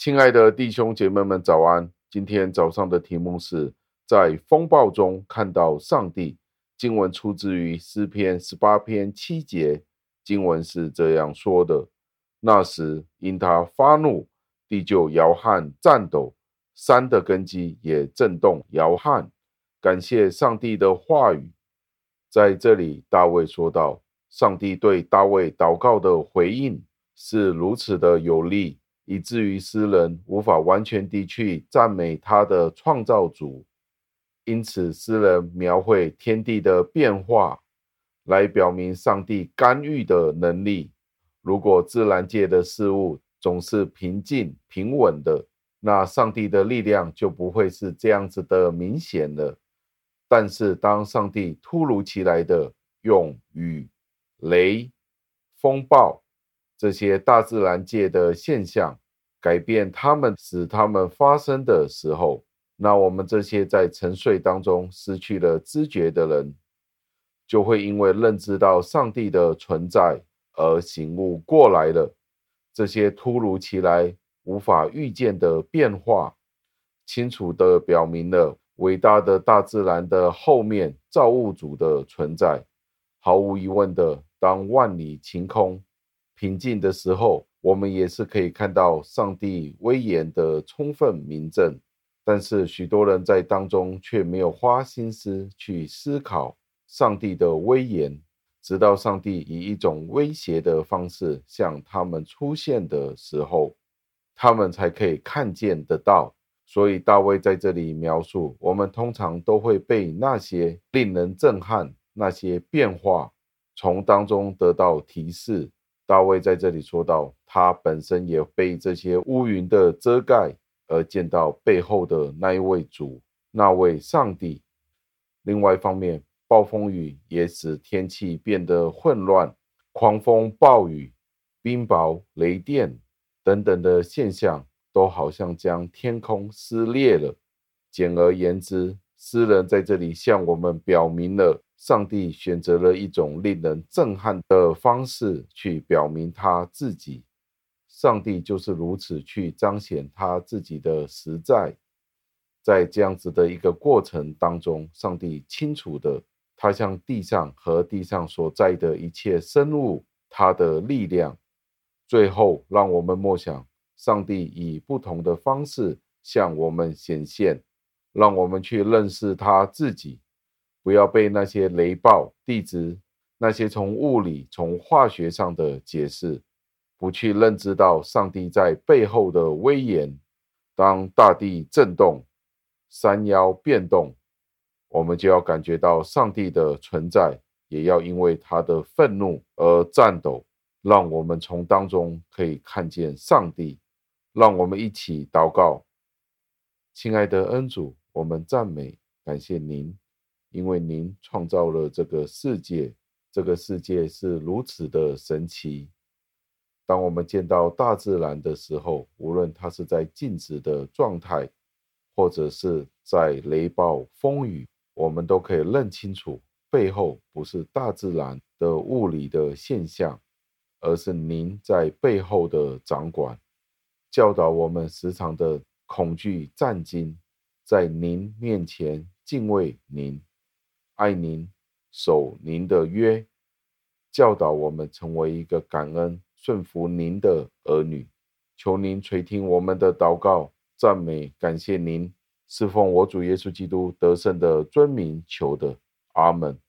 亲爱的弟兄姐妹们，早安！今天早上的题目是在风暴中看到上帝。经文出自于诗篇18篇7节，经文是这样说的：那时因他发怒，地就摇撼颤抖，山的根基也震动摇撼。感谢上帝的话语。在这里大卫说道，上帝对大卫祷告的回应是如此的有力，以至于诗人无法完全地去赞美他的创造主。因此诗人描绘天地的变化，来表明上帝干预的能力。如果自然界的事物总是平静平稳的，那上帝的力量就不会是这样子的明显了。但是当上帝突如其来的用雨、雷、风暴这些大自然界的现象改变它们，使它们发生的时候，那我们这些在沉睡当中失去了知觉的人，就会因为认知到上帝的存在而醒悟过来了。这些突如其来无法预见的变化，清楚地表明了伟大的大自然的后面造物主的存在。毫无疑问的，当万里晴空平静的时候，我们也是可以看到上帝威严的充分明证。但是许多人在当中却没有花心思去思考上帝的威严，直到上帝以一种威胁的方式向他们出现的时候，他们才可以看见得到。所以大卫在这里描述，我们通常都会被那些令人震撼、那些变化从当中得到提示。大卫在这里说到，他本身也被这些乌云的遮盖，而见到背后的那一位主，那位上帝。另外一方面，暴风雨也使天气变得混乱，狂风暴雨、冰雹、雷电等等的现象都好像将天空撕裂了。简而言之，诗人在这里向我们表明了上帝选择了一种令人震撼的方式去表明他自己。上帝就是如此去彰显他自己的实在。在这样子的一个过程当中，上帝清楚的，他向地上和地上所在的一切生物，他的力量，最后让我们默想，上帝以不同的方式向我们显现，让我们去认识他自己，不要被那些雷暴、地质，那些从物理、从化学上的解释，不去认知到上帝在背后的威严。当大地震动，山腰变动，我们就要感觉到上帝的存在，也要因为他的愤怒而颤抖。让我们从当中可以看见上帝。让我们一起祷告。亲爱的恩主，我们赞美感谢您，因为您创造了这个世界，这个世界是如此的神奇。当我们见到大自然的时候，无论它是在静止的状态，或者是在雷暴风雨，我们都可以认清楚，背后不是大自然的物理的现象，而是您在背后的掌管。教导我们时常的恐惧战惊，在您面前敬畏您，爱您，守您的约，教导我们成为一个感恩顺服您的儿女。求您垂听我们的祷告，赞美感谢您，侍奉我主耶稣基督得胜的尊名求的，阿们。